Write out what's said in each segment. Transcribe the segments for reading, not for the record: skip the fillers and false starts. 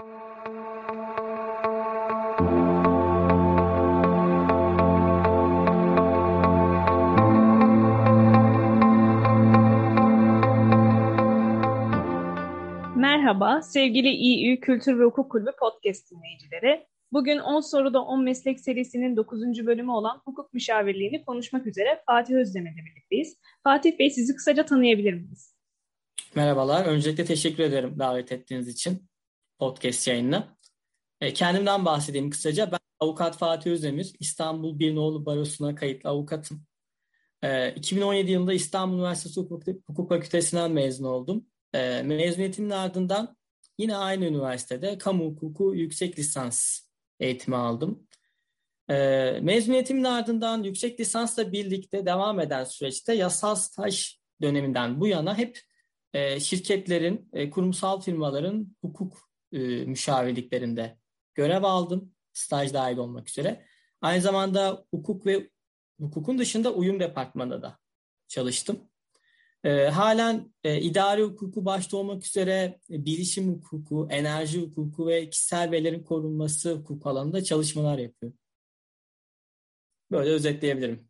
Merhaba sevgili İÜ Kültür ve Hukuk Kulübü podcast dinleyicileri. Bugün 10 soruda 10 meslek serisinin 9. bölümü olan hukuk müşavirliğini konuşmak üzere Fatih Özdemir'le birlikteyiz. Fatih Bey, sizi kısaca tanıyabilir miyiz? Merhabalar. Öncelikle teşekkür ederim davet ettiğiniz için podcast yayınına. Kendimden bahsedeyim kısaca. Ben avukat Fatih Özdemir. İstanbul Bir Nolu Barosu'na kayıtlı avukatım. 2017 yılında İstanbul Üniversitesi Hukuk Fakültesinden mezun oldum. Mezuniyetimin ardından yine aynı üniversitede kamu hukuku yüksek lisans eğitimi aldım. Mezuniyetimin ardından yüksek lisansla birlikte devam eden süreçte yasal staj döneminden bu yana hep şirketlerin, kurumsal firmaların hukuk müşavirliklerinde görev aldım. Staj dahil olmak üzere. Aynı zamanda hukuk ve hukukun dışında uyum departmanında da çalıştım. Halen idari hukuku başta olmak üzere bilişim hukuku, enerji hukuku ve kişisel verilerin korunması hukuk alanında çalışmalar yapıyorum. Böyle özetleyebilirim.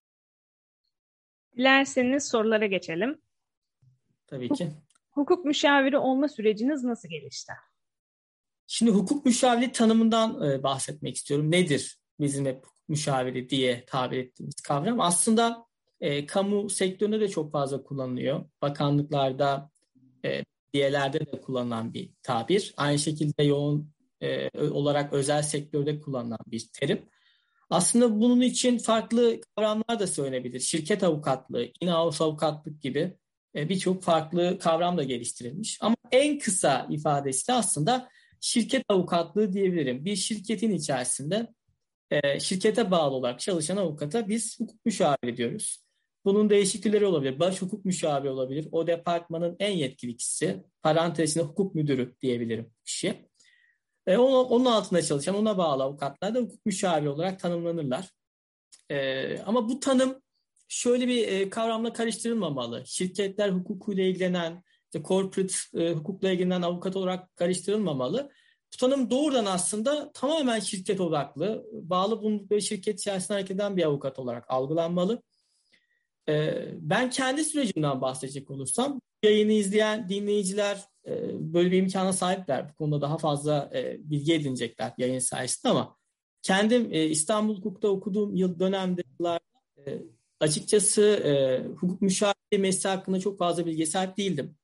Dilerseniz sorulara geçelim. Tabii ki. Hukuk müşaviri olma süreciniz nasıl gelişti? Şimdi hukuk müşavirliği tanımından bahsetmek istiyorum. Nedir bizim hep hukuk müşaviri diye tabir ettiğimiz kavram? Aslında kamu sektöründe de çok fazla kullanılıyor. Bakanlıklarda, belediyelerde de kullanılan bir tabir. Aynı şekilde yoğun olarak özel sektörde kullanılan bir terim. Aslında bunun için farklı kavramlar da söylenebilir. Şirket avukatlığı, in-house avukatlık gibi birçok farklı kavram da geliştirilmiş. Ama en kısa ifadesi de aslında şirket avukatlığı diyebilirim. Bir şirketin içerisinde şirkete bağlı olarak çalışan avukata biz hukuk müşaviri diyoruz. Bunun değişik türleri olabilir. Baş hukuk müşaviri olabilir. O departmanın en yetkili kişisi. Parantezinde hukuk müdürü diyebilirim kişi. Onun altında çalışan, ona bağlı avukatlar da hukuk müşaviri olarak tanımlanırlar. Ama bu tanım şöyle bir kavramla karıştırılmamalı. Şirketler hukukuyla ilgilenen, işte corporate hukukla ilgilenen avukat olarak karıştırılmamalı. Bu tanım doğrudan aslında tamamen şirket odaklı, bağlı bulundukları şirket içerisinde hareket eden bir avukat olarak algılanmalı. Ben kendi sürecimden bahsedecek olursam, yayını izleyen dinleyiciler böyle bir imkana sahipler. Bu konuda daha fazla bilgi edinecekler yayın sayesinde ama kendim İstanbul Hukuk'ta okuduğum yıllarda açıkçası hukuk müşavirliği mesleği hakkında çok fazla bilgiye sahip değildim.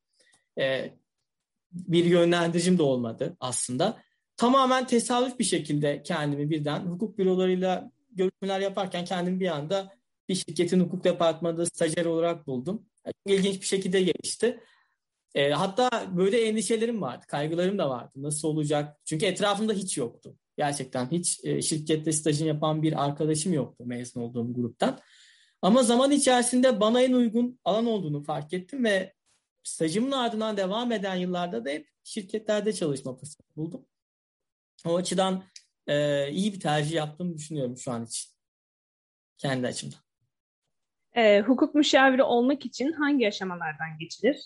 Bir yönlendiricim de olmadı aslında. Tamamen tesadüf bir şekilde kendimi birden hukuk bürolarıyla görüşmeler yaparken kendimi bir anda bir şirketin hukuk departmanında stajyer olarak buldum. Çok ilginç bir şekilde gelişti. Hatta böyle endişelerim vardı, kaygılarım da vardı. Nasıl olacak? Çünkü etrafımda hiç yoktu. Gerçekten hiç şirkette stajını yapan bir arkadaşım yoktu mezun olduğum gruptan. Ama zaman içerisinde bana en uygun alan olduğunu fark ettim ve stajımın ardından devam eden yıllarda da hep şirketlerde çalışma fırsatı buldum. O açıdan iyi bir tercih yaptığımı düşünüyorum şu an için. Kendi açımdan. Hukuk müşaviri olmak için hangi aşamalardan geçilir?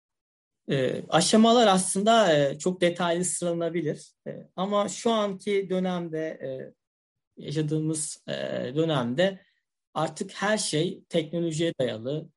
Aşamalar aslında çok detaylı sıralanabilir. Ama şu anki dönemde, yaşadığımız dönemde artık her şey teknolojiye dayalı.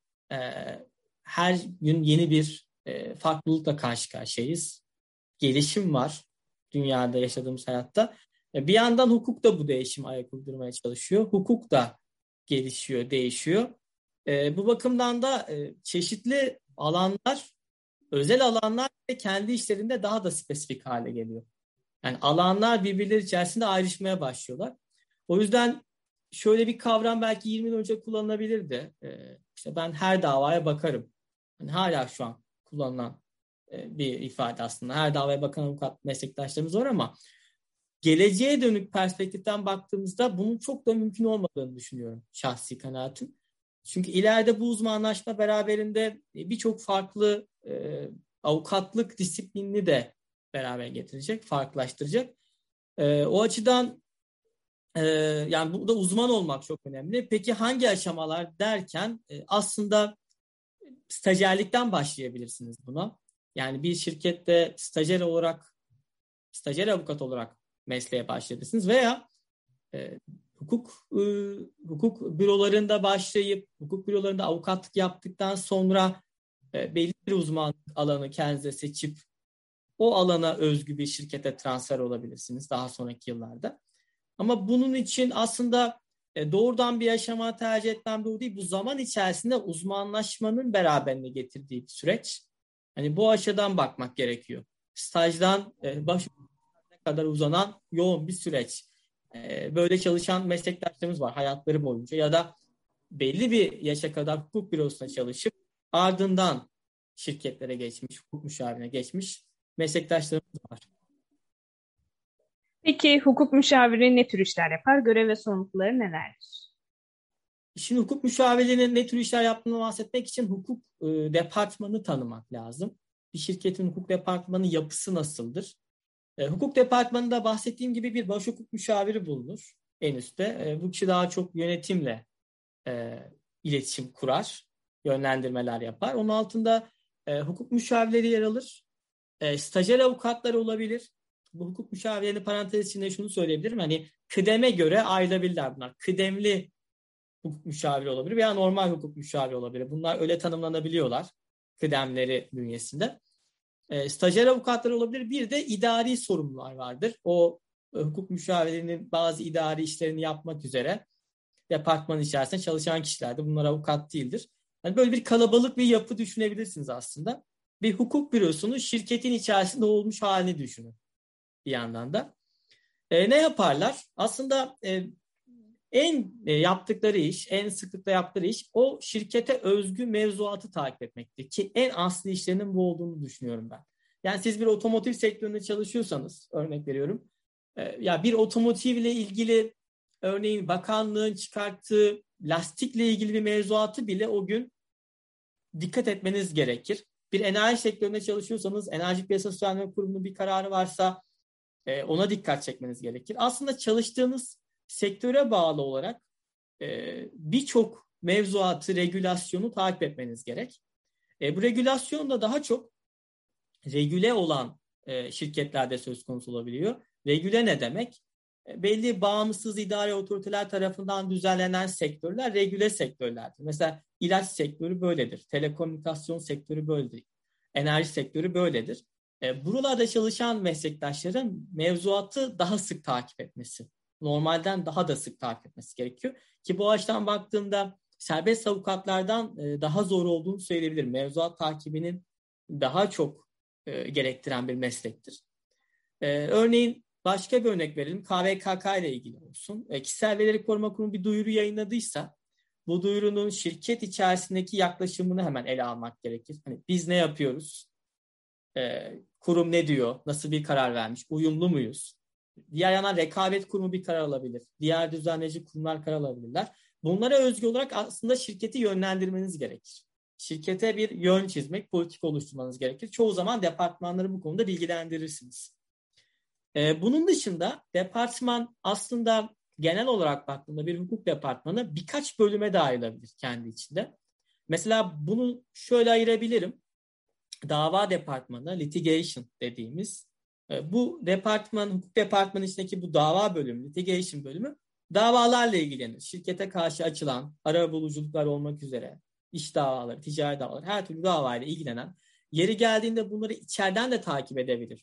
Her gün yeni bir farklılıkla karşı karşıyayız. Gelişim var dünyada yaşadığımız hayatta. Bir yandan hukuk da bu değişim ayak uydurmaya çalışıyor. Hukuk da gelişiyor, değişiyor. Bu bakımdan da çeşitli alanlar, özel alanlar ve kendi işlerinde daha da spesifik hale geliyor. Yani alanlar birbirleri içerisinde ayrışmaya başlıyorlar. O yüzden şöyle bir kavram belki 20 yıl önce kullanılabilirdi. İşte ben her davaya bakarım. Yani hala şu an kullanılan bir ifade aslında. Her davaya bakan avukat meslektaşlarımız var ama geleceğe dönük perspektiften baktığımızda bunun çok da mümkün olmadığını düşünüyorum şahsi kanaatim. Çünkü ileride bu uzmanlaşma beraberinde birçok farklı avukatlık disiplinini de beraber getirecek, farklılaştıracak. O açıdan yani burada uzman olmak çok önemli. Peki hangi aşamalar derken aslında stajyerlikten başlayabilirsiniz buna. Yani bir şirkette stajyer olarak stajyer avukat olarak mesleğe başlayabilirsiniz veya hukuk bürolarında başlayıp hukuk bürolarında avukatlık yaptıktan sonra belli bir uzmanlık alanı kendinize seçip o alana özgü bir şirkete transfer olabilirsiniz daha sonraki yıllarda. Ama bunun için aslında doğrudan bir aşama tercih etmem doğru değil. Bu zaman içerisinde uzmanlaşmanın beraberinde getirdiği bir süreç. Hani bu açıdan bakmak gerekiyor. Stajdan başvuruna kadar uzanan yoğun bir süreç. Böyle çalışan meslektaşlarımız var hayatları boyunca ya da belli bir yaşa kadar hukuk bürosuna çalışıp ardından şirketlere geçmiş, hukuk müşavirine geçmiş meslektaşlarımız var. Peki hukuk müşaviri ne tür işler yapar? Görev ve sorumlulukları nelerdir? Şimdi hukuk müşavirinin ne tür işler yaptığını bahsetmek için hukuk departmanı tanımak lazım. Bir şirketin hukuk departmanı yapısı nasıldır? Hukuk departmanında bahsettiğim gibi bir baş hukuk müşaviri bulunur en üstte. Bu kişi daha çok yönetimle iletişim kurar, yönlendirmeler yapar. Onun altında hukuk müşavirleri yer alır. Stajyer avukatlar olabilir. Bu hukuk müşavirlerini parantez içinde şunu söyleyebilirim. Hani kıdeme göre ayrılabilirler bunlar. Kıdemli hukuk müşaviri olabilir veya normal hukuk müşaviri olabilir. Bunlar öyle tanımlanabiliyorlar kıdemleri bünyesinde. Stajyer avukatlar olabilir. Bir de idari sorumlular vardır. O hukuk müşavirinin bazı idari işlerini yapmak üzere departman içerisinde çalışan kişilerdir. Bunlar avukat değildir. Yani böyle bir kalabalık bir yapı düşünebilirsiniz aslında. Bir hukuk bürosunun şirketin içerisinde olmuş halini düşünün bir yandan da. Ne yaparlar? Aslında en yaptıkları iş, en sıklıkla yaptıkları iş o şirkete özgü mevzuatı takip etmektir. Ki en asli işlerinin bu olduğunu düşünüyorum ben. Yani siz bir otomotiv sektöründe çalışıyorsanız, örnek veriyorum. Ya bir otomotivle ilgili örneğin bakanlığın çıkarttığı lastikle ilgili bir mevzuatı bile o gün dikkat etmeniz gerekir. Bir enerji sektöründe çalışıyorsanız Enerji Piyasası Düzenleme Kurulu'nun bir kararı varsa ona dikkat çekmeniz gerekir. Aslında çalıştığınız sektöre bağlı olarak birçok mevzuatı, regülasyonu takip etmeniz gerek. Bu regülasyon da daha çok regüle olan şirketlerde söz konusu olabiliyor. Regüle ne demek? Belli bağımsız idari otoriteler tarafından düzenlenen sektörler regüle sektörlerdir. Mesela ilaç sektörü böyledir. Telekomünikasyon sektörü böyledir. Enerji sektörü böyledir. Buralarda çalışan meslektaşların mevzuatı daha sık takip etmesi, normalden daha da sık takip etmesi gerekiyor. Ki bu açıdan baktığımda serbest avukatlardan daha zor olduğunu söyleyebilirim. Mevzuat takibinin daha çok gerektiren bir meslektir. Örneğin başka bir örnek verelim. KVKK ile ilgili olsun. Kişisel Verileri Koruma Kurumu bir duyuru yayınladıysa bu duyurunun şirket içerisindeki yaklaşımını hemen ele almak gerekir. Hani biz ne yapıyoruz? Kurum ne diyor? Nasıl bir karar vermiş? Uyumlu muyuz? Diğer yandan rekabet kurumu bir karar alabilir. Diğer düzenleyici kurumlar karar alabilirler. Bunlara özgü olarak aslında şirketi yönlendirmeniz gerekir. Şirkete bir yön çizmek, politik oluşturmanız gerekir. Çoğu zaman departmanları bu konuda bilgilendirirsiniz. Bunun dışında departman aslında genel olarak baktığında bir hukuk departmanı birkaç bölüme de ayrılabilir kendi içinde. Mesela bunu şöyle ayırabilirim. Dava departmanı, litigation dediğimiz bu departman, hukuk departmanı içindeki bu dava bölümü, litigation bölümü davalarla ilgilenir. Şirkete karşı açılan arabuluculuklar olmak üzere iş davaları, ticari davalar, her türlü davayla ilgilenen, yeri geldiğinde bunları içeriden de takip edebilir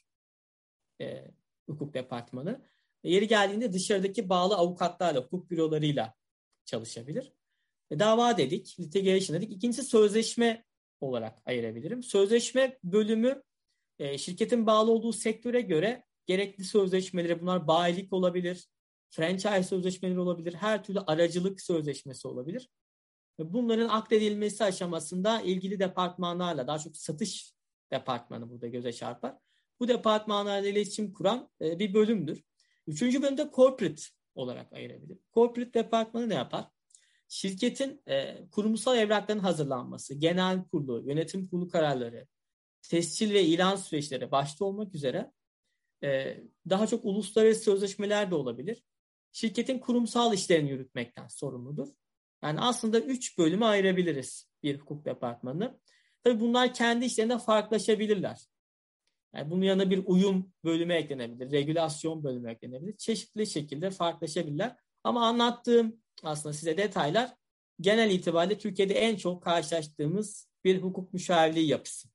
hukuk departmanı. Yeri geldiğinde dışarıdaki bağlı avukatlarla, hukuk bürolarıyla çalışabilir. Dava dedik, litigation dedik. İkincisi sözleşme olarak ayırabilirim. Sözleşme bölümü şirketin bağlı olduğu sektöre göre gerekli sözleşmeleri, bunlar bayilik olabilir, franchise sözleşmeleri olabilir, her türlü aracılık sözleşmesi olabilir. Bunların akdedilmesi aşamasında ilgili departmanlarla, daha çok satış departmanı burada göze çarpar. Bu departmanlarla iletişim kuran bir bölümdür. Üçüncü bölümde corporate olarak ayırabilir. Corporate departmanı ne yapar? Şirketin kurumsal evrakların hazırlanması, genel kurulu, yönetim kurulu kararları, tescil ve ilan süreçleri başta olmak üzere daha çok uluslararası sözleşmeler de olabilir. Şirketin kurumsal işlerini yürütmekten sorumludur. Yani aslında 3 bölüme ayırabiliriz bir hukuk departmanını. Tabii bunlar kendi işlerinde farklılaşabilirler. Yani bunun yanına bir uyum bölümü eklenebilir, regülasyon bölümü eklenebilir. Çeşitli şekilde farklılaşabilirler. Ama anlattığım aslında size detaylar genel itibariyle Türkiye'de en çok karşılaştığımız bir hukuk müşavirliği yapısı.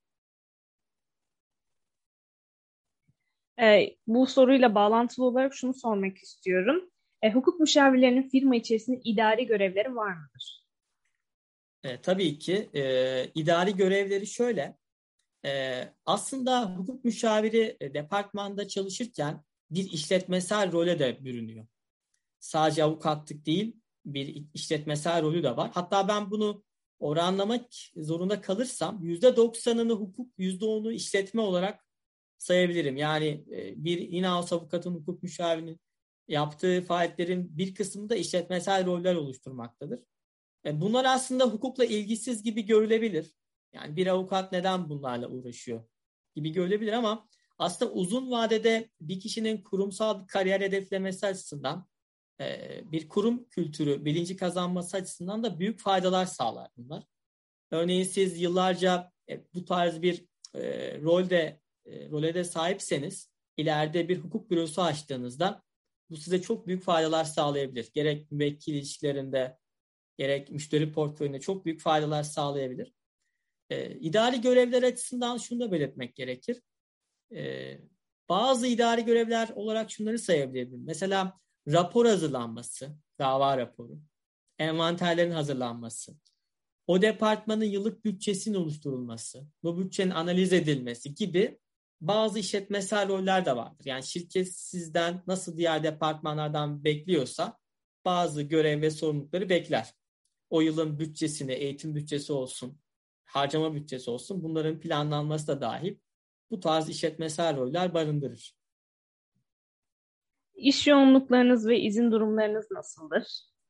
Bu soruyla bağlantılı olarak şunu sormak istiyorum. Hukuk müşavirlerinin firma içerisinde idari görevleri var mıdır? Tabii ki idari görevleri şöyle. Aslında hukuk müşaviri departmanda çalışırken bir işletmesel role de bürünüyor. Sadece avukatlık değil, bir işletmesel rolü de var. Hatta ben bunu oranlamak zorunda kalırsam %90'ını hukuk, %10'u işletme olarak sayabilirim. Yani bir in-house avukatın, hukuk müşavirinin yaptığı faaliyetlerin bir kısmı da işletmesel roller oluşturmaktadır. Bunlar aslında hukukla ilgisiz gibi görülebilir. Yani bir avukat neden bunlarla uğraşıyor gibi görülebilir ama aslında uzun vadede bir kişinin kurumsal bir kariyer hedeflemesi açısından bir kurum kültürü, bilinci kazanması açısından da büyük faydalar sağlar bunlar. Örneğin siz yıllarca bu tarz bir role de sahipseniz ileride bir hukuk bürosu açtığınızda bu size çok büyük faydalar sağlayabilir. Gerek müvekkil ilişkilerinde, gerek müşteri portföyünde çok büyük faydalar sağlayabilir. İdari görevler açısından şunu da belirtmek gerekir. Bazı idari görevler olarak şunları sayabilirim. Mesela rapor hazırlanması, dava raporu, envanterlerin hazırlanması, o departmanın yıllık bütçesinin oluşturulması, bu bütçenin analiz edilmesi gibi bazı işletmesel roller de vardır. Yani şirket sizden nasıl diğer departmanlardan bekliyorsa bazı görev ve sorumlulukları bekler. O yılın bütçesini, eğitim bütçesi olsun, harcama bütçesi olsun, bunların planlanması da dahil bu tarz işletmesel roller barındırır. İş yoğunluklarınız ve izin durumlarınız nasıldır?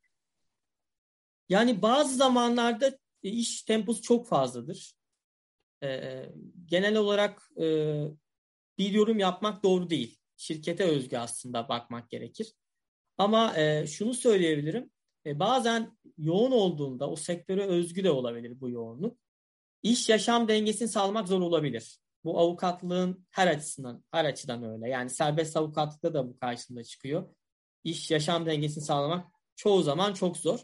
Yani bazı zamanlarda iş temposu çok fazladır. Genel olarak bir yorum yapmak doğru değil. Şirkete özgü aslında bakmak gerekir. Ama şunu söyleyebilirim. Bazen yoğun olduğunda o sektöre özgü de olabilir bu yoğunluk. İş yaşam dengesini sağlamak zor olabilir. Bu avukatlığın her açıdan öyle. Yani serbest avukatlıkta da bu karşımıza çıkıyor. İş yaşam dengesini sağlamak çoğu zaman çok zor.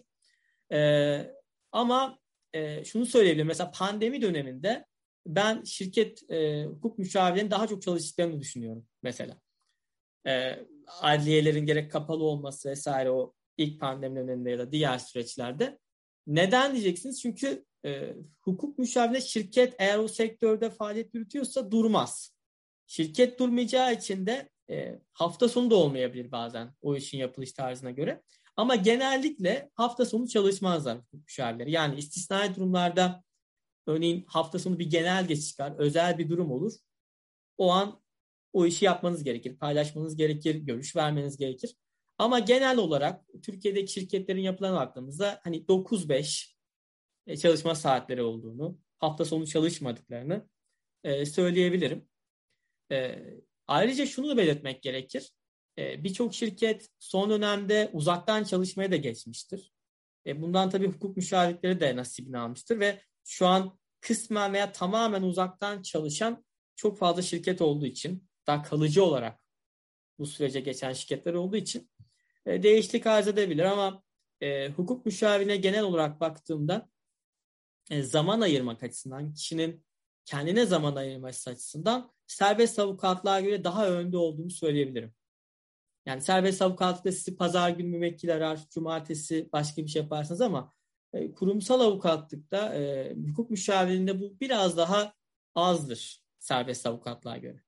Ama şunu söyleyebilirim. Mesela pandemi döneminde ben şirket hukuk müşavirlerinin daha çok çalıştıklarını düşünüyorum mesela. Adliyelerin gerek kapalı olması vesaire o ilk pandemi döneminde ya da diğer süreçlerde. Neden diyeceksiniz? Çünkü hukuk müşavirine şirket eğer o sektörde faaliyet yürütüyorsa durmaz. Şirket durmayacağı için de hafta sonu da olmayabilir bazen o işin yapılış tarzına göre. Ama genellikle hafta sonu çalışmazlar hukuk müşavirleri. Yani istisnai durumlarda örneğin hafta sonu bir genelge çıkar, özel bir durum olur. O an o işi yapmanız gerekir, paylaşmanız gerekir, görüş vermeniz gerekir. Ama genel olarak Türkiye'deki şirketlerin yapılan baktığımızda hani 9-5 çalışma saatleri olduğunu, hafta sonu çalışmadıklarını söyleyebilirim. Ayrıca şunu da belirtmek gerekir. Birçok şirket son dönemde uzaktan çalışmaya da geçmiştir. Bundan tabii hukuk müşavirlikleri de nasibini almıştır ve şu an kısmen veya tamamen uzaktan çalışan çok fazla şirket olduğu için, daha kalıcı olarak bu sürece geçen şirketler olduğu için değişiklik arz edebilir ama hukuk müşavirine genel olarak baktığımda zaman ayırmak açısından, kişinin kendine zaman ayırması açısından serbest avukatlığa göre daha önde olduğunu söyleyebilirim. Yani serbest avukatlıkta sizi pazar günü müvekkil arar, cumartesi başka bir şey yaparsınız ama kurumsal avukatlıkta hukuk müşavirliğinde bu biraz daha azdır serbest avukatlığa göre.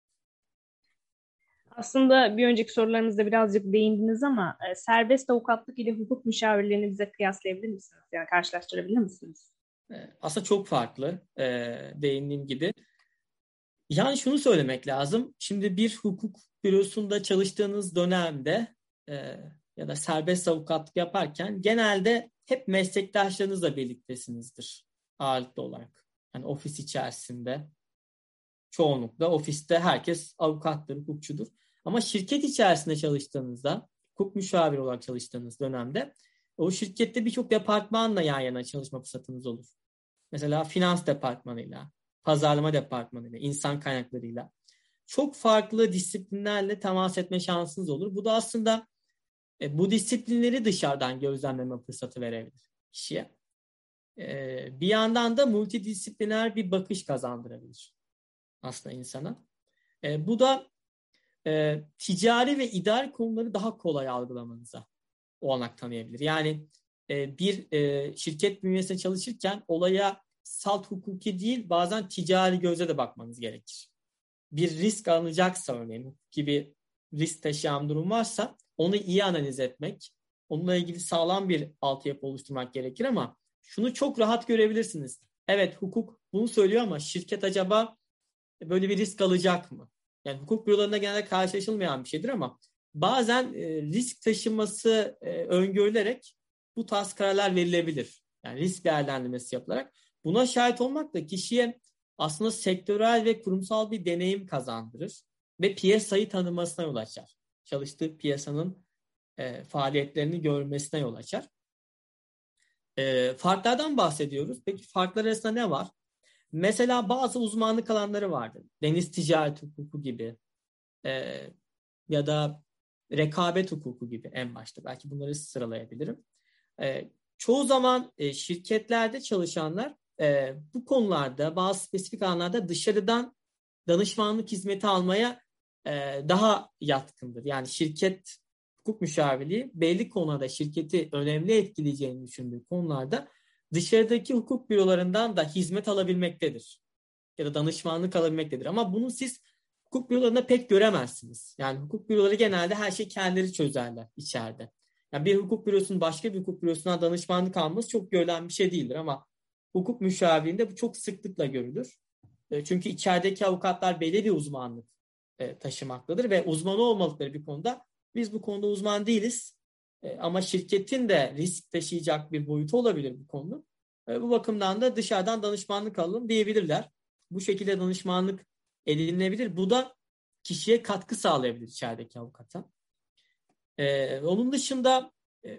Aslında bir önceki sorularımızda birazcık değindiniz ama serbest avukatlık ile hukuk müşavirliğini bize kıyaslayabilir misiniz? Yani karşılaştırabilir misiniz? Aslında çok farklı değindiğim gibi. Yani şunu söylemek lazım. Şimdi bir hukuk bürosunda çalıştığınız dönemde ya da serbest avukatlık yaparken genelde hep meslektaşlarınızla birliktesinizdir ağırlıklı olarak. Yani ofis içerisinde çoğunlukla ofiste herkes avukattır, hukukçudur. Ama şirket içerisinde çalıştığınızda, hukuk müşaviri olarak çalıştığınız dönemde o şirkette birçok departmanla yan yana çalışma fırsatınız olur. Mesela finans departmanıyla, pazarlama departmanıyla, insan kaynaklarıyla. çok farklı disiplinlerle temas etme şansınız olur. Bu da aslında bu disiplinleri dışarıdan gözlemleme fırsatı verebilir kişiye. Bir yandan da multidisipliner bir bakış kazandırabilir aslında insana. Bu da ticari ve idari konuları daha kolay algılamanıza olanak tanıyabilir. Yani bir şirket bünyesinde çalışırken olaya salt hukuki değil, bazen ticari gözle de bakmanız gerekir. Bir risk alınacaksa, örneğin hukuki bir risk taşıyan durum varsa onu iyi analiz etmek, onunla ilgili sağlam bir altyapı oluşturmak gerekir ama şunu çok rahat görebilirsiniz. Evet, hukuk bunu söylüyor ama şirket acaba böyle bir risk alacak mı? Yani hukuk bürolarında genelde karşılaşılmayan bir şeydir ama bazen risk taşınması öngörülerek bu tarz kararlar verilebilir. Yani risk değerlendirmesi yapılarak. Buna şahit olmak da kişiye aslında sektörel ve kurumsal bir deneyim kazandırır ve piyasayı tanımasına yol açar. Çalıştığı piyasanın faaliyetlerini görmesine yol açar. Farklardan bahsediyoruz. Peki farklar arasında ne var? Mesela bazı uzmanlık alanları vardır. Deniz ticaret hukuku gibi ya da rekabet hukuku gibi en başta. Belki bunları sıralayabilirim. Çoğu zaman şirketlerde çalışanlar bu konularda bazı spesifik alanlarda dışarıdan danışmanlık hizmeti almaya daha yatkındır. Yani şirket hukuk müşavirliği belli konularda şirketi önemli etkileyeceğini düşündüğü konularda dışarıdaki hukuk bürolarından da hizmet alabilmektedir. Ya da danışmanlık alabilmektedir. Ama bunu siz hukuk bürolarında pek göremezsiniz. Yani hukuk büroları genelde her şeyi kendileri çözerler içeride. Yani bir hukuk bürosunun başka bir hukuk bürosundan danışmanlık alması çok görülen bir şey değildir ama hukuk müşavirliğinde bu çok sıklıkla görülür. Çünkü içerideki avukatlar belli bir uzmanlık taşımaktadır ve uzman olmadıkları bir konuda biz bu konuda uzman değiliz ama şirketin de risk taşıyacak bir boyutu olabilir bu konu. Bu bakımdan da dışarıdan danışmanlık alalım diyebilirler. Bu şekilde danışmanlık edinilebilir. Bu da kişiye katkı sağlayabilir içerideki avukata. Onun dışında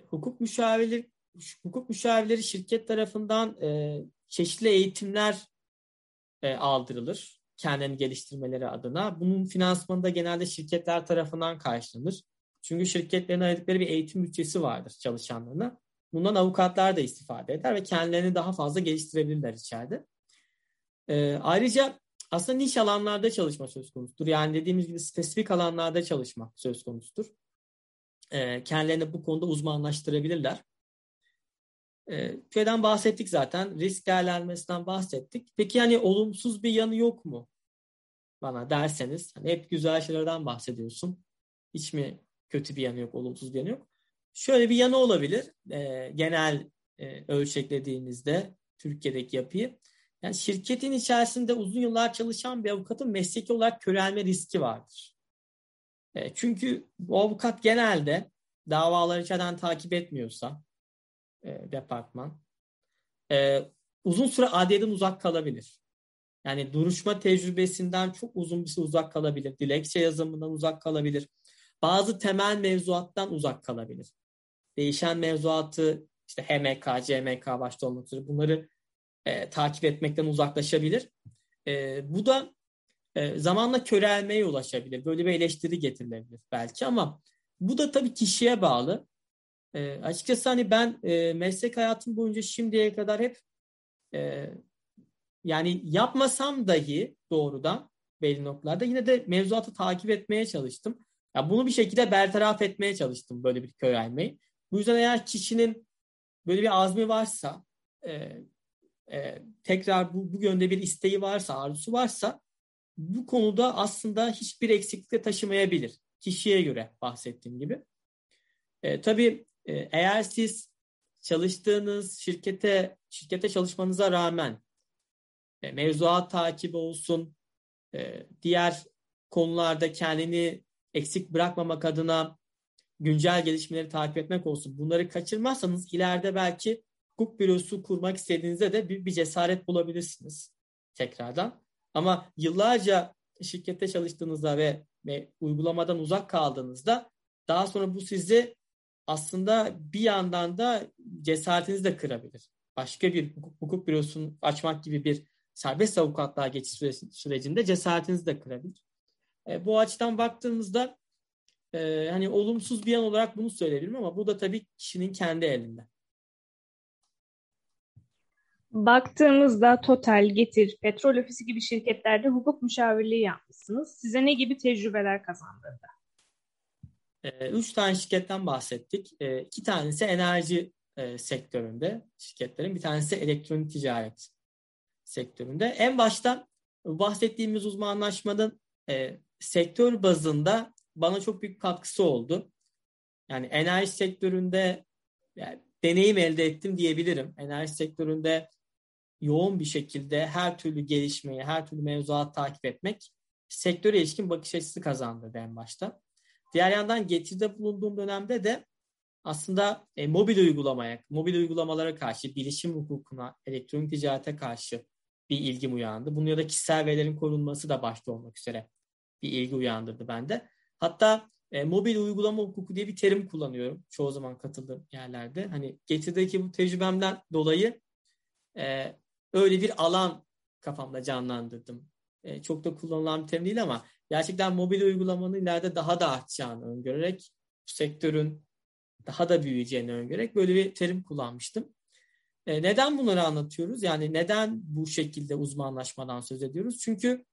hukuk müşavirleri şirket tarafından çeşitli eğitimler aldırılır kendini geliştirmeleri adına. Bunun finansmanı da genelde şirketler tarafından karşılanır. Çünkü şirketlerin ayırdıkları bir eğitim bütçesi vardır çalışanlarına. Bundan avukatlar da istifade eder ve kendilerini daha fazla geliştirebilirler içeride. Ayrıca aslında niş alanlarda çalışma söz konusudur. Yani dediğimiz gibi spesifik alanlarda çalışmak söz konusudur. Kendilerini bu konuda uzmanlaştırabilirler. Şeyden bahsettik zaten. Risk değerlendirmesinden bahsettik. Peki hani olumsuz bir yanı yok mu bana derseniz? Hani hep güzel şeylerden bahsediyorsun. Hiç mi kötü bir yanı yok, olumsuz bir yanı yok? Şöyle bir yanı olabilir. Genel ölçeklediğimizde Türkiye'deki yapıyı. Yani şirketin içerisinde uzun yıllar çalışan bir avukatın mesleki olarak körelme riski vardır. Çünkü bu avukat genelde davaları içeriden takip etmiyorsa departman uzun süre adliyeden uzak kalabilir. Yani duruşma tecrübesinden çok uzun bir süre uzak kalabilir. Dilekçe yazımından uzak kalabilir. Bazı temel mevzuattan uzak kalabilir. Değişen mevzuatı işte HMK, CMK başta olmak üzere bunları takip etmekten uzaklaşabilir. Bu da zamanla körelmeye ulaşabilir. Böyle bir eleştiri getirilebilir belki ama bu da tabii kişiye bağlı. Açıkçası hani ben meslek hayatım boyunca şimdiye kadar hep yani yapmasam dahi doğrudan belli noktalarda yine de mevzuatı takip etmeye çalıştım. Ya bunu bir şekilde bertaraf etmeye çalıştım böyle bir körelmeyi. Bu yüzden eğer kişinin böyle bir azmi varsa tekrar bu yönde bir isteği varsa, arzusu varsa bu konuda aslında hiçbir eksiklikle taşımayabilir. Kişiye göre bahsettiğim gibi. Tabii eğer siz çalıştığınız şirkete çalışmanıza rağmen mevzuat takibi olsun, diğer konularda kendini eksik bırakmamak adına güncel gelişmeleri takip etmek olsun. Bunları kaçırmazsanız ileride belki hukuk bürosu kurmak istediğinizde de bir cesaret bulabilirsiniz tekrardan. Ama yıllarca şirkette çalıştığınızda ve uygulamadan uzak kaldığınızda daha sonra bu sizi aslında bir yandan da cesaretinizi de kırabilir. Başka bir hukuk bürosunu açmak gibi bir serbest avukatlığa geçiş sürecinde cesaretinizi de kırabilir. Bu açıdan baktığımızda hani olumsuz bir yan olarak bunu söyleyebilirim ama bu da tabii kişinin kendi elinde. Baktığımızda Total, Getir, Petrol Ofisi gibi şirketlerde hukuk müşavirliği yapmışsınız. Size ne gibi tecrübeler kazandırdı? 3 tane şirketten bahsettik. 2 tanesi enerji sektöründe şirketlerin, bir tanesi elektronik ticaret sektöründe. En başta bahsettiğimiz uzmanlaşmanın sektör bazında bana çok büyük katkısı oldu. Yani enerji sektöründe yani deneyim elde ettim diyebilirim. Enerji sektöründe yoğun bir şekilde her türlü gelişmeyi, her türlü mevzuat takip etmek sektöre ilişkin bakış açısı kazandırdı en başta. Diğer yandan Getir'de bulunduğum dönemde de aslında mobil uygulamalara karşı, bilişim hukukuna, elektronik ticarete karşı bir ilgim uyandı. Bunun ya da kişisel verilerin korunması da başta olmak üzere bir ilgi uyandırdı bende. Hatta mobil uygulama hukuku diye bir terim kullanıyorum çoğu zaman katıldığım yerlerde. Hani Getir'deki bu tecrübemden dolayı öyle bir alan kafamda canlandırdım. Çok da kullanılan bir terim değil ama gerçekten mobil uygulamanın ileride daha da artacağını öngörerek, bu sektörün daha da büyüyeceğini öngörerek böyle bir terim kullanmıştım. Neden bunları anlatıyoruz? Yani neden bu şekilde uzmanlaşmadan söz ediyoruz? Çünkü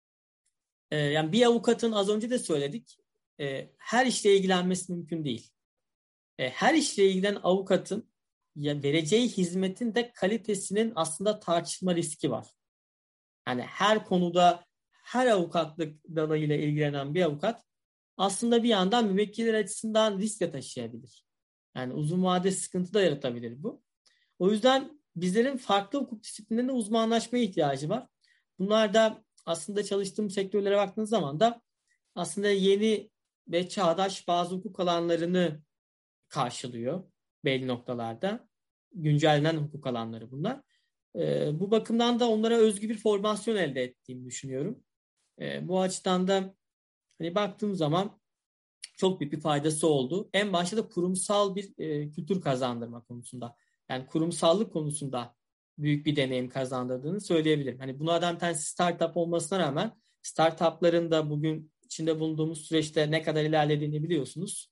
yani bir avukatın, az önce de söyledik, her işle ilgilenmesi mümkün değil. Her işle ilgilenen avukatın vereceği hizmetin de kalitesinin aslında tartışma riski var. Yani her konuda her avukatlık dalıyla ilgilenen bir avukat aslında bir yandan müvekkiller açısından risk de taşıyabilir. Yani uzun vadeli sıkıntı da yaratabilir bu. O yüzden bizlerin farklı hukuk disiplinlerinde uzmanlaşmaya ihtiyacı var. Bunlar da aslında çalıştığım sektörlere baktığınız zaman da aslında yeni ve çağdaş bazı hukuk alanlarını karşılıyor belli noktalarda. Güncellenen hukuk alanları bunlar. Bu bakımdan da onlara özgü bir formasyon elde ettiğimi düşünüyorum. Bu açıdan da hani baktığım zaman çok büyük bir faydası oldu. En başta da kurumsal bir kültür kazandırma konusunda. Yani kurumsallık konusunda büyük bir deneyim kazandırdığını söyleyebilirim. Hani bunlardan bir tanesi startup olmasına rağmen startupların da bugün içinde bulunduğumuz süreçte ne kadar ilerlediğini biliyorsunuz.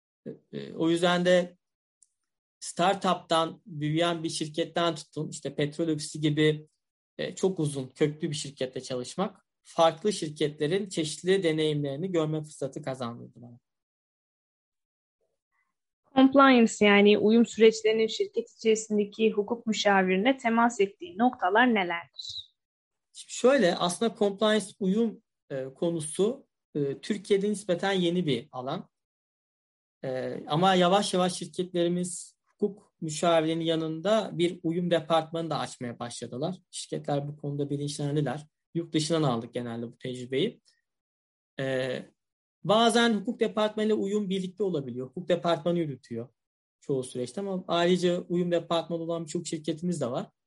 O yüzden de startup'tan büyüyen bir şirketten tutun, işte Petrol Ofisi gibi çok uzun, köklü bir şirkette çalışmak, farklı şirketlerin çeşitli deneyimlerini görme fırsatı kazandırdı bana. Compliance yani uyum süreçlerinin şirket içerisindeki hukuk müşavirine temas ettiği noktalar nelerdir? Şimdi şöyle, aslında compliance uyum konusu Türkiye'de nispeten yeni bir alan. Ama yavaş yavaş şirketlerimiz hukuk müşavirinin yanında bir uyum departmanı da açmaya başladılar. Şirketler bu konuda bilinçlendiler. Yurt dışından aldık genelde bu tecrübeyi. Bazen hukuk departmanıyla uyum birlikte olabiliyor. Hukuk departmanı yürütüyor çoğu süreçte ama ayrıca uyum departmanı olan birçok şirketimiz de var.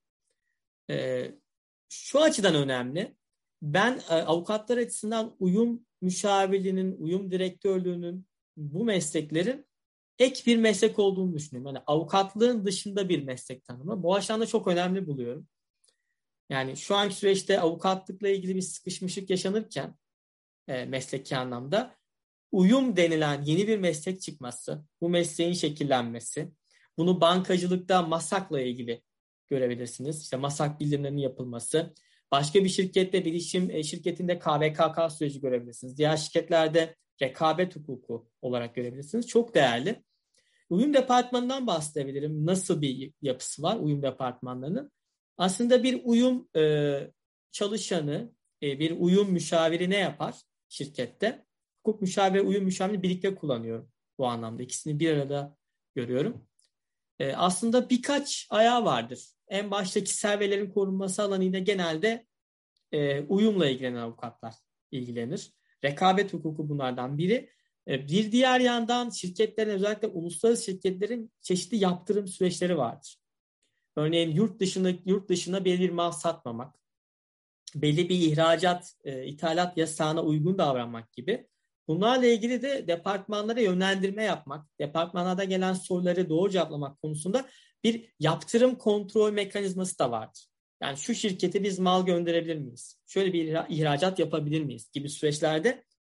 Şu açıdan önemli. Ben avukatlar açısından uyum müşavirliğinin, uyum direktörlüğünün, bu mesleklerin ek bir meslek olduğunu düşünüyorum. Yani avukatlığın dışında bir meslek tanımı. Bu açıdan da çok önemli buluyorum. Yani şu anki süreçte avukatlıkla ilgili bir sıkışmışlık yaşanırken mesleki anlamda uyum denilen yeni bir meslek çıkması, bu mesleğin şekillenmesi, bunu bankacılıkta MASAK'la ilgili görebilirsiniz. İşte MASAK bildirimlerinin yapılması, başka bir şirkette, bilişim şirketinde KVKK süreci görebilirsiniz. Diğer şirketlerde rekabet hukuku olarak görebilirsiniz. Çok değerli. Uyum departmanından bahsedebilirim. Nasıl bir yapısı var uyum departmanlarının? Aslında bir uyum çalışanı, bir uyum müşaviri ne yapar şirkette? Hukuk müşaviri, uyum müşavirini birlikte kullanıyorum bu anlamda. İkisini bir arada görüyorum. Aslında birkaç ayağı vardır. En başta kişisel verilerin korunması alanıyla genelde uyumla ilgilenen avukatlar ilgilenir. Rekabet hukuku bunlardan biri. Bir diğer yandan şirketlerin, özellikle uluslararası şirketlerin çeşitli yaptırım süreçleri vardır. Örneğin yurt dışına belli bir mal satmamak, belli bir ihracat, ithalat yasağına uygun davranmak gibi. Bunlarla ilgili de departmanlara yönlendirme yapmak, departmanlarda gelen soruları doğru cevaplamak konusunda bir yaptırım kontrol mekanizması da vardır. Yani şu şirkete biz mal gönderebilir miyiz? Şöyle bir ihracat yapabilir miyiz? Gibi süreçlerde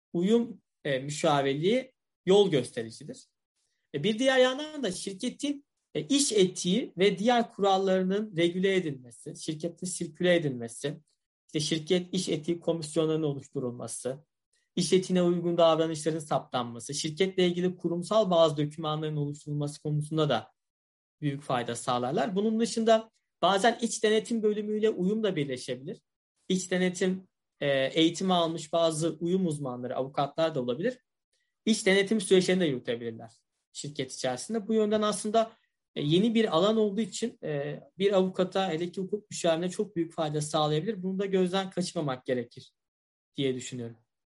uyum müşavirliği yol göstericidir. Bir diğer yandan da şirketin iş etiği ve diğer kurallarının regüle edilmesi, şirketin sirküle edilmesi, işte şirket iş etiği komisyonlarının oluşturulması, iş etiğine uygun davranışların saptanması, şirketle ilgili kurumsal bazı dokümanların oluşturulması konusunda da büyük fayda sağlarlar. Bunun dışında bazen iç denetim bölümüyle uyum da birleşebilir. İç denetim eğitimi almış bazı uyum uzmanları, avukatlar da olabilir. İç denetim süreçlerini de yürütebilirler şirket içerisinde. Bu yönden aslında yeni bir alan olduğu için bir avukata, hele ki hukuk müşavirine çok büyük fayda sağlayabilir. Bunu da gözden kaçırmamak gerekir diye düşünüyorum.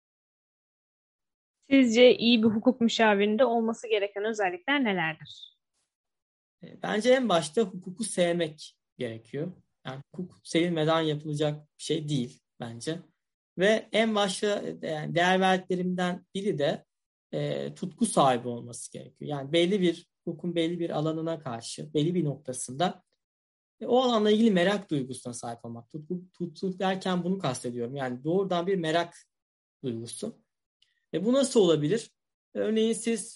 Sizce iyi bir hukuk müşavirinde olması gereken özellikler nelerdir? Bence en başta hukuku sevmek gerekiyor. Yani hukuk sevilmeden yapılacak bir şey değil bence. Ve en başta yani değer verdiklerimden biri de tutku sahibi olması gerekiyor. Yani hukukun belli bir alanına karşı, belli bir noktasında o alanla ilgili merak duygusuna sahip olmak. Tutku derken bunu kastediyorum. Yani doğrudan bir merak duygusu. Bu nasıl olabilir? Örneğin siz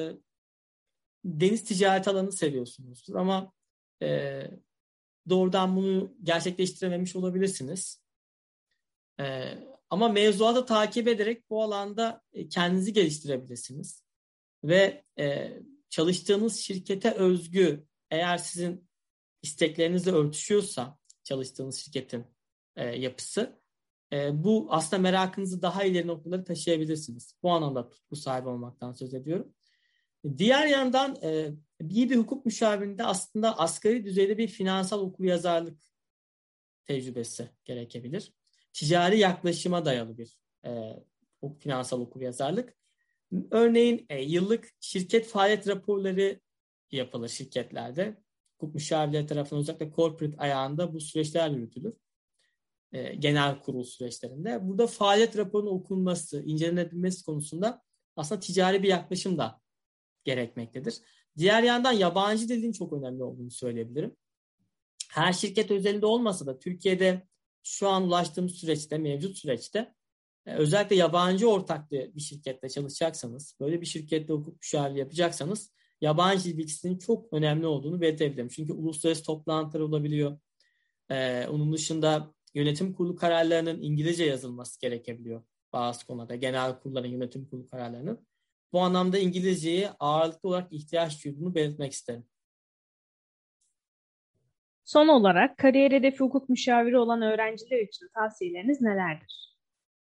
deniz ticareti alanını seviyorsunuzdur ama doğrudan bunu gerçekleştirememiş olabilirsiniz. Ama mevzuatı takip ederek bu alanda kendinizi geliştirebilirsiniz. Ve çalıştığınız şirkete özgü, eğer sizin isteklerinizle örtüşüyorsa çalıştığınız şirketin yapısı, bu aslında merakınızı daha ileri noktalara taşıyabilirsiniz. Bu anlamda tutku sahibi olmaktan söz ediyorum. Diğer yandan iyi bir hukuk müşavirinde aslında asgari düzeyde bir finansal okuryazarlık tecrübesi gerekebilir. Ticari yaklaşıma dayalı bir finansal okuryazarlık. Örneğin yıllık şirket faaliyet raporları yapılır şirketlerde. Hukuk müşavirleri tarafından özellikle corporate ayağında bu süreçler yürütülür. Genel kurul süreçlerinde. Burada faaliyet raporunun okunması, incelenebilmesi konusunda aslında ticari bir yaklaşım da gerekmektedir. Diğer yandan yabancı dilin çok önemli olduğunu söyleyebilirim. Her şirket özelinde olmasa da Türkiye'de şu an ulaştığımız süreçte, mevcut süreçte özellikle yabancı ortaklı bir şirkette çalışacaksanız, böyle bir şirkette hukuk müşavirliği yapacaksanız yabancı dil bilgisinin çok önemli olduğunu belirtebilirim. Çünkü uluslararası toplantılar olabiliyor. Onun dışında yönetim kurulu kararlarının İngilizce yazılması gerekebiliyor bazı konularda. Genel kurulların yönetim kurulu kararlarının. Bu anlamda İngilizceye ağırlıklı olarak ihtiyaç duyduğunu belirtmek isterim. Son olarak kariyer hedefi hukuk müşaviri olan öğrenciler için tavsiyeleriniz nelerdir?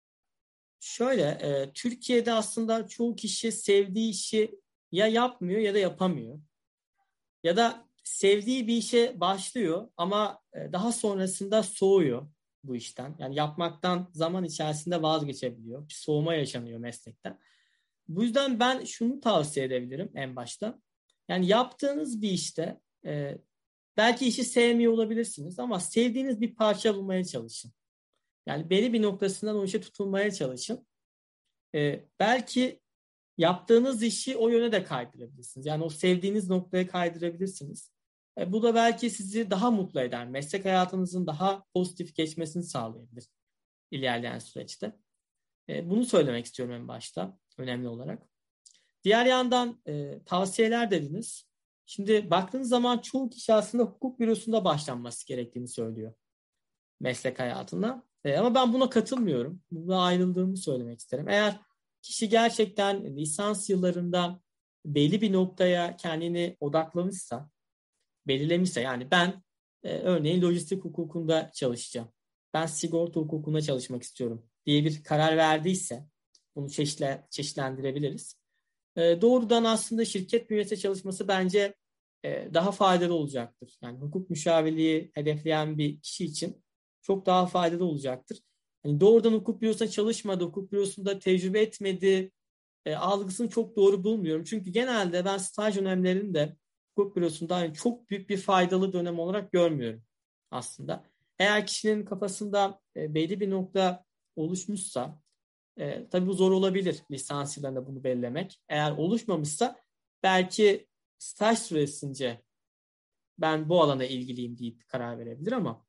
Türkiye'de aslında çoğu kişi sevdiği işi ya yapmıyor ya da yapamıyor. Ya da sevdiği bir işe başlıyor ama daha sonrasında soğuyor bu işten. Yani yapmaktan zaman içerisinde vazgeçebiliyor. Bir soğuma yaşanıyor meslekten. Bu yüzden ben şunu tavsiye edebilirim en başta. Yani yaptığınız bir işte belki işi sevmiyor olabilirsiniz ama sevdiğiniz bir parça bulmaya çalışın. Yani belli bir noktasından o işe tutunmaya çalışın. Belki yaptığınız işi o yöne de kaydırabilirsiniz. Yani o sevdiğiniz noktaya kaydırabilirsiniz. Bu da belki sizi daha mutlu eder. Meslek hayatınızın daha pozitif geçmesini sağlayabilir ilerleyen süreçte. Bunu söylemek istiyorum en başta önemli olarak. Diğer yandan tavsiyeler dediniz. Şimdi baktığınız zaman çoğu kişi aslında hukuk bürosunda başlanması gerektiğini söylüyor meslek hayatında. Ama ben buna katılmıyorum. Buna ayrıldığımı söylemek isterim. Eğer kişi gerçekten lisans yıllarında belli bir noktaya kendini odaklamışsa, belirlemişse, yani ben örneğin lojistik hukukunda çalışacağım, ben sigorta hukukunda çalışmak istiyorum diye bir karar verdiyse bunu çeşitlendirebiliriz. Doğrudan aslında şirket bünyesinde çalışması bence daha faydalı olacaktır. Yani hukuk müşavirliği hedefleyen bir kişi için çok daha faydalı olacaktır. Yani doğrudan hukuk bürosunda çalışmadı, hukuk bürosunda tecrübe etmedi algısını çok doğru bulmuyorum. Çünkü genelde ben staj dönemlerini de hukuk bürosunda yani çok büyük bir faydalı dönem olarak görmüyorum aslında. Eğer kişinin kafasında belli bir nokta oluşmuşsa tabii bu zor olabilir lisans yıllarında bunu belirlemek. Eğer oluşmamışsa belki staj süresince ben bu alana ilgiliyim deyip karar verebilir ama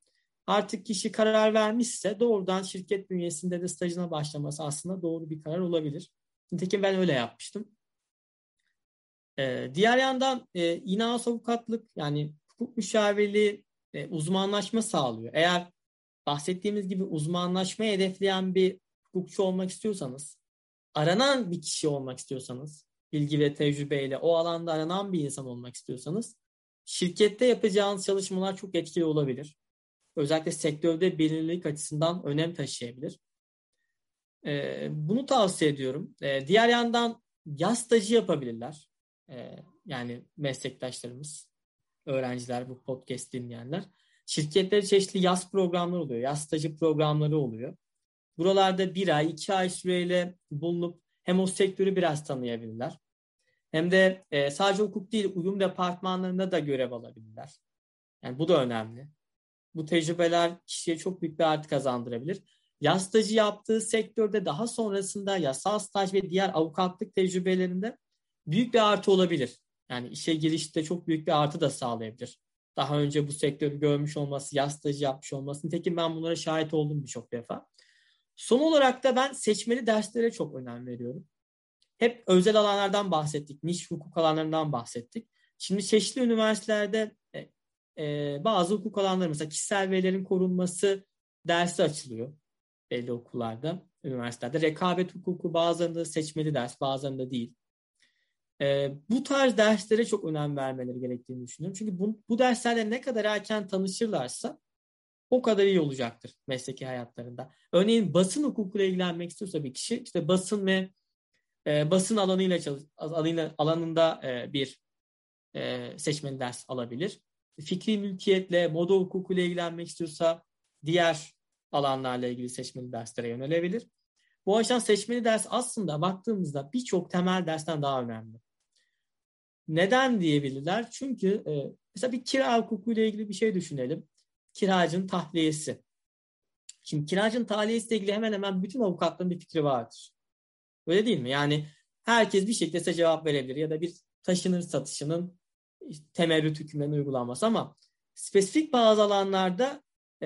Artık kişi karar vermişse doğrudan şirket bünyesinde de stajına başlaması aslında doğru bir karar olabilir. Nitekim ben öyle yapmıştım. Diğer yandan in-house avukatlık yani hukuk müşavirliği uzmanlaşma sağlıyor. Eğer bahsettiğimiz gibi uzmanlaşmayı hedefleyen bir hukukçu olmak istiyorsanız, aranan bir kişi olmak istiyorsanız, bilgi ve tecrübeyle o alanda aranan bir insan olmak istiyorsanız, şirkette yapacağınız çalışmalar çok etkili olabilir. Özellikle sektörde belirlilik açısından önem taşıyabilir. Bunu tavsiye ediyorum. Diğer yandan yaz stajı yapabilirler. Yani meslektaşlarımız, öğrenciler, bu podcast dinleyenler. Şirketleri çeşitli yaz programları oluyor. Yaz stajı programları oluyor. Buralarda 1 ay, 2 ay süreyle bulunup hem o sektörü biraz tanıyabilirler. Hem de sadece hukuk değil, uyum departmanlarında da görev alabilirler. Yani bu da önemli. Bu tecrübeler kişiye çok büyük bir artı kazandırabilir. Yaz stajı yaptığı sektörde daha sonrasında yasal staj ve diğer avukatlık tecrübelerinde büyük bir artı olabilir. Yani işe girişte çok büyük bir artı da sağlayabilir. Daha önce bu sektörü görmüş olması, yaz stajı yapmış olması. Nitekim ben bunlara şahit oldum birçok defa. Son olarak da ben seçmeli derslere çok önem veriyorum. Hep özel alanlardan bahsettik, niş hukuk alanlarından bahsettik. Şimdi çeşitli üniversitelerde bazı hukuk alanları, mesela kişisel verilerin korunması dersi açılıyor belli okullarda, üniversitelerde. Rekabet hukuku bazılarında seçmeli ders, bazılarında değil. Bu tarz derslere çok önem vermeleri gerektiğini düşünüyorum. Çünkü bu derslerle ne kadar erken tanışırlarsa o kadar iyi olacaktır mesleki hayatlarında. Örneğin basın hukukuyla ilgilenmek istiyorsa bir kişi, işte basın ve basın alanında bir seçmeli ders alabilir. Fikri mülkiyetle, moda hukukuyla ilgilenmek istiyorsa diğer alanlarla ilgili seçmeli derslere yönelebilir. Bu açıdan seçmeli ders aslında baktığımızda birçok temel dersten daha önemli. Neden diyebilirler? Çünkü mesela bir kira hukukuyla ilgili bir şey düşünelim. Kiracının tahliyesi. Şimdi kiracının tahliyesiyle ilgili hemen hemen bütün avukatların bir fikri vardır. Öyle değil mi? Yani herkes bir şekilde size cevap verebilir ya da bir taşınır satışının temerrüt hükümlerine uygulanması, ama spesifik bazı alanlarda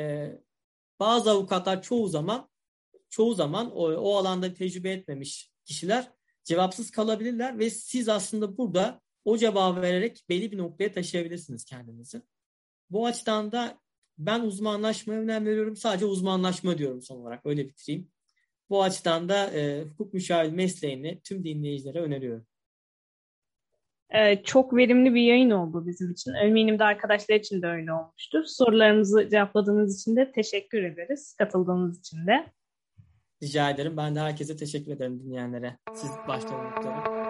bazı avukatlar çoğu zaman o alanda tecrübe etmemiş kişiler cevapsız kalabilirler ve siz aslında burada o cevabı vererek belli bir noktaya taşıyabilirsiniz kendinizi. Bu açıdan da ben uzmanlaşmaya önem veriyorum. Sadece uzmanlaşma diyorum son olarak. Öyle bitireyim. Bu açıdan da hukuk müşavir mesleğini tüm dinleyicilere öneriyorum. Çok verimli bir yayın oldu bizim için. Eminim de arkadaşlar için de öyle olmuştur. Sorularımızı cevapladığınız için de teşekkür ederiz. Katıldığınız için de. Rica ederim. Ben de herkese teşekkür ederim, dinleyenlere. Siz başta olmak üzere.